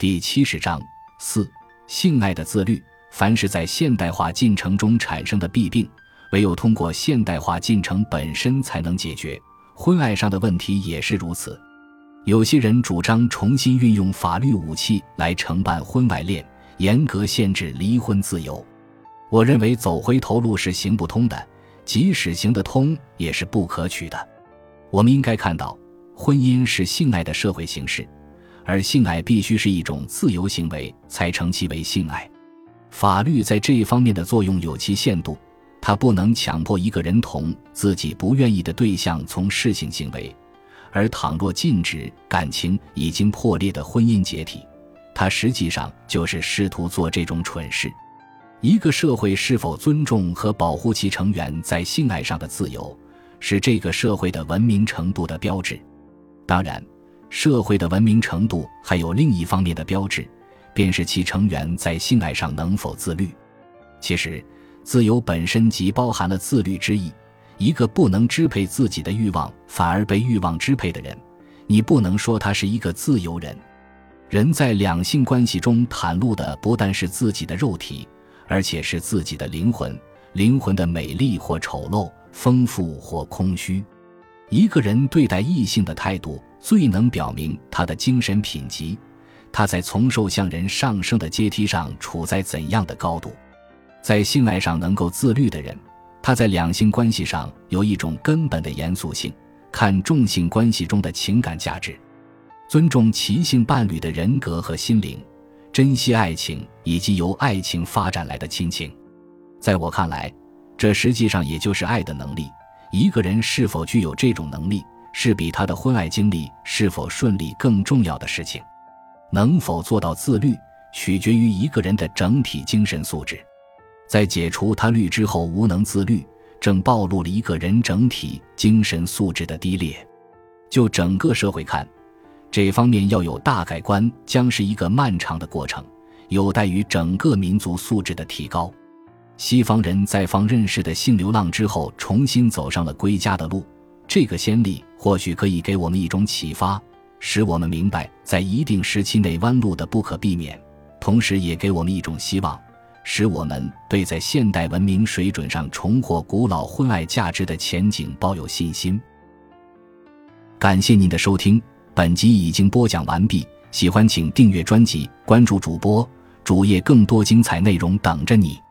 第70章4性爱的自律。凡是在现代化进程中产生的弊病，唯有通过现代化进程本身才能解决。婚爱上的问题也是如此。有些人主张重新运用法律武器来承办婚外恋，严格限制离婚自由。我认为走回头路是行不通的，即使行得通也是不可取的。我们应该看到，婚姻是性爱的社会形式，而性爱必须是一种自由行为才称其为性爱。法律在这一方面的作用有其限度，它不能强迫一个人同自己不愿意的对象从事性行为，而倘若禁止感情已经破裂的婚姻解体，它实际上就是试图做这种蠢事。一个社会是否尊重和保护其成员在性爱上的自由，是这个社会的文明程度的标志。当然，社会的文明程度还有另一方面的标志，便是其成员在性爱上能否自律。其实，自由本身即包含了自律之意。一个不能支配自己的欲望，反而被欲望支配的人，你不能说他是一个自由人。人在两性关系中袒露的不但是自己的肉体，而且是自己的灵魂，灵魂的美丽或丑陋，丰富或空虚。一个人对待异性的态度，最能表明他的精神品级，他在从兽向人上升的阶梯上处在怎样的高度。在性爱上能够自律的人，他在两性关系上有一种根本的严肃性，看重性关系中的情感价值，尊重其性伴侣的人格和心灵，珍惜爱情以及由爱情发展来的亲情。在我看来，这实际上也就是爱的能力。一个人是否具有这种能力，是比他的婚爱经历是否顺利更重要的事情。能否做到自律，取决于一个人的整体精神素质。在解除他律之后无能自律，正暴露了一个人整体精神素质的低劣。就整个社会看，这方面要有大改观将是一个漫长的过程，有待于整个民族素质的提高。西方人在放任式的性流浪之后重新走上了归家的路，这个先例或许可以给我们一种启发，使我们明白在一定时期内弯路的不可避免，同时也给我们一种希望，使我们对在现代文明水准上重获古老婚爱价值的前景抱有信心。感谢您的收听，本集已经播讲完毕，喜欢请订阅专辑，关注主播，主页更多精彩内容等着你。